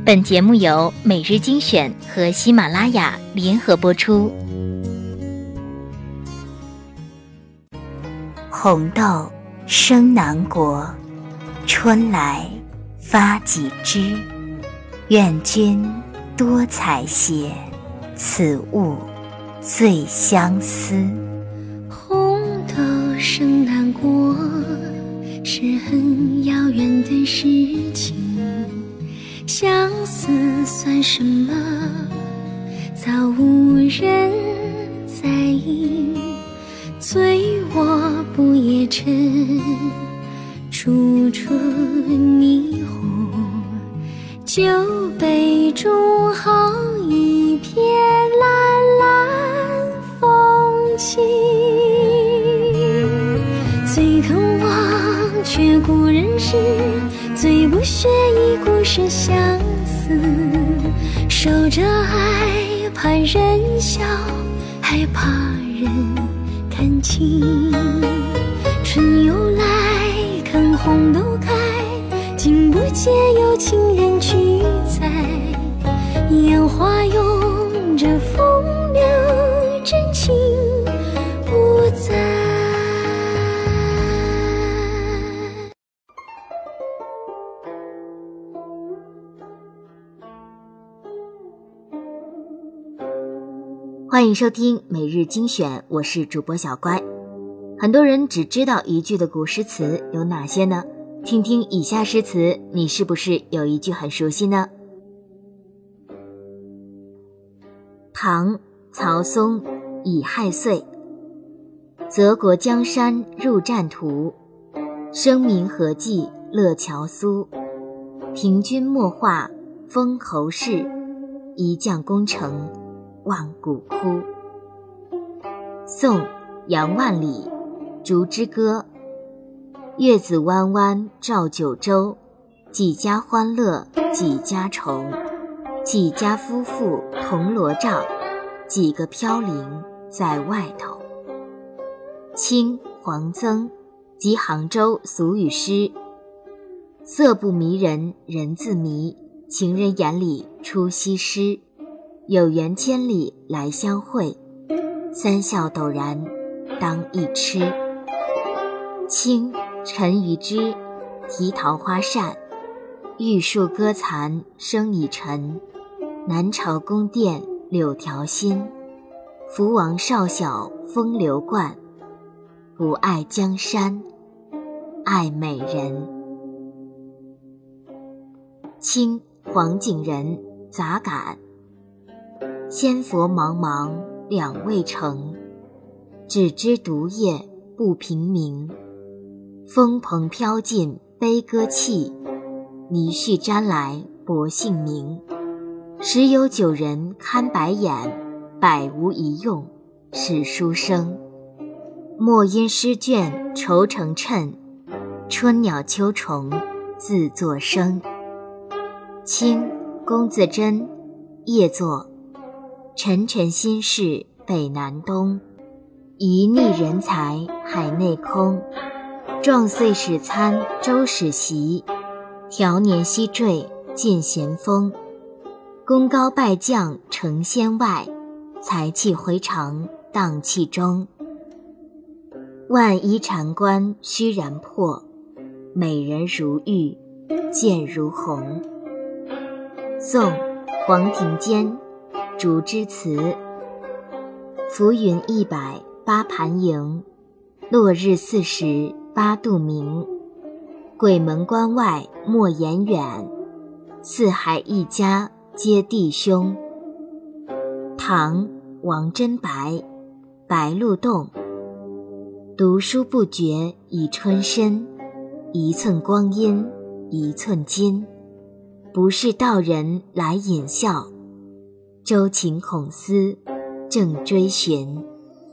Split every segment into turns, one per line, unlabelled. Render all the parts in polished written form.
本节目由每日精选和喜马拉雅联合播出。
红豆生南国，春来发几枝。愿君多采撷，此物最相思。
红豆生南国，是很遥远的事情，相思算什么，早无人在意。醉卧不夜城，处处霓虹，酒杯中好一片蓝蓝风景。最疼忘却故人时，最不屑一顾是相思。守着爱怕人笑，还怕人看清。春又来看红豆开，竟不见有情人去采。烟花拥着风流，真情不在。
欢迎收听每日精选，我是主播小乖。很多人只知道一句的古诗词有哪些呢？听听以下诗词，你是不是有一句很熟悉呢？唐曹嵩乙亥岁，泽国江山入战途，生民何计乐乔苏。凭君莫话封侯事，一将功成万骨枯。宋杨万里竹之歌，月子弯弯照九州，几家欢乐几家愁。几家夫妇同罗帐，几个飘零在外头。清黄曾即杭州俗语诗，色不迷人人自迷，情人眼里出西施。有缘千里来相会，三笑陡然当一痴。清陈于之题桃花扇，玉树歌残生已沉。南朝宫殿柳条新，福王少小风流惯。不爱江山爱美人。清黄景仁杂感，仙佛茫茫两未成，只知独夜不平明。风蓬飘尽悲歌泣，泥絮沾来薄幸名。时有9人看白眼，百无一用是书生。莫因诗卷愁成谶，春鸟秋虫自作声。清龚自珍夜作，沉沉心事北南东。一逆人才海内空，壮岁始参周始习。调年西坠进咸丰，功高拜将成仙外。才气回肠荡气中，万一禅关虚然破。美人如玉剑如虹。宋黄庭坚竹枝词，浮云100八盘迎，落日40八度明。鬼门关外莫言远，四海一家皆弟兄。唐王贞白白鹿洞，读书不觉已春深，一寸光阴一寸金。不是道人来引笑，周秦孔思正追寻。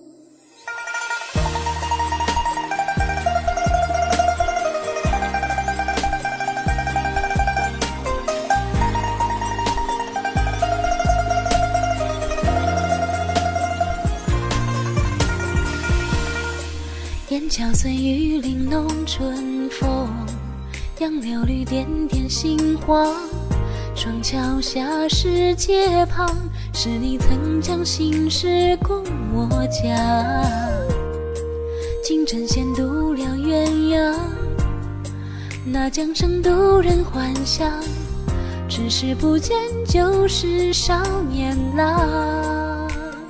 雁桥碎玉玲珑春风，杨柳绿点点杏花。 窗桥下石阶旁，是你曾将心事供我讲。金针线渡了鸳鸯，那江声渡人还乡。只是不见旧时少年郎。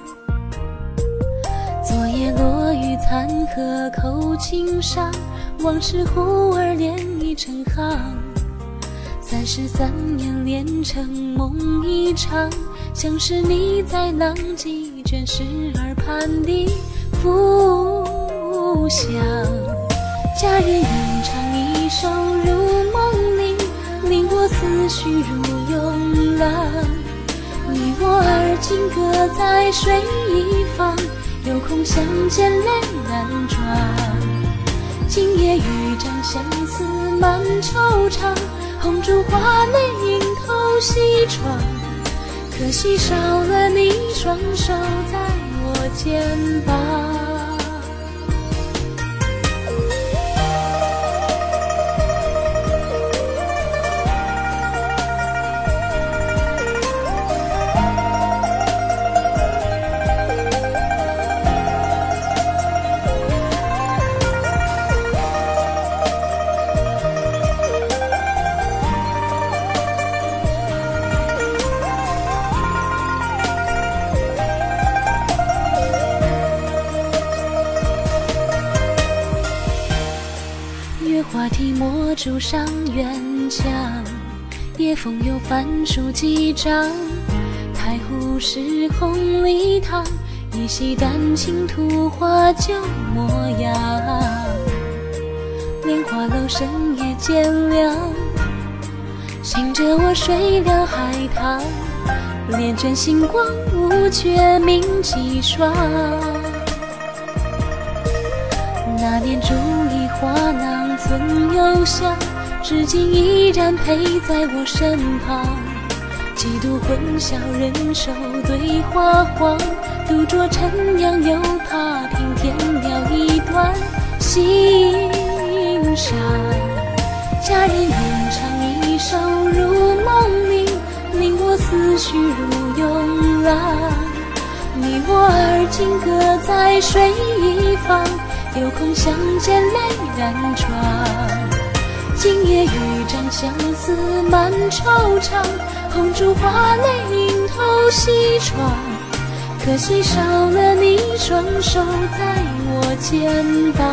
昨夜落雨残荷扣青纱，往事忽而连已成行。33年连成梦一场，像是你在浪迹卷石耳畔的浮想。佳人吟唱一首入梦里，令我思绪如涌浪。你我而今各在水一方，有空相见泪难装。今夜雨涨相思满惆怅，红烛花泪映透西窗。可惜少了你双手在我肩膀。话题墨竹上远墙，夜风又翻书几张。太湖是红梨塘，一袭丹青图画旧模样。莲花楼深夜渐凉，醒着我睡了海棠。帘卷星光无觉明几双。那年竹衣花囊存幽香，至今依然陪在我身旁。几度混淆人手对花黄，独酌晨阳又怕听天鸟一段心伤。佳人吟唱一首入梦里，令我思绪如涌浪。你我而今各在水一方，有空相见泪难装。今夜雨涨相思满惆怅，红烛花泪映透西窗。可惜少了你双手在我肩膀。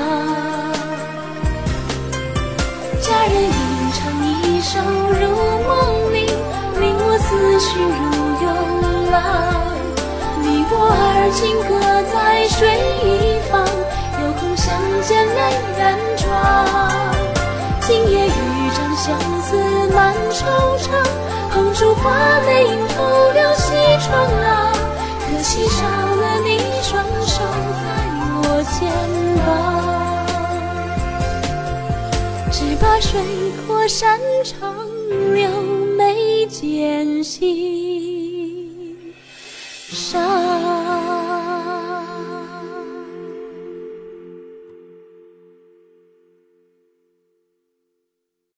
佳人吟唱一首入梦里，令我思绪如涌浪。你我而今各在水一方，有空相见泪难装。今夜雨涨相思满惆怅，红烛花泪映透了西窗啊。可惜少了你双手在我肩膀。只把水阔山长，留眉间心。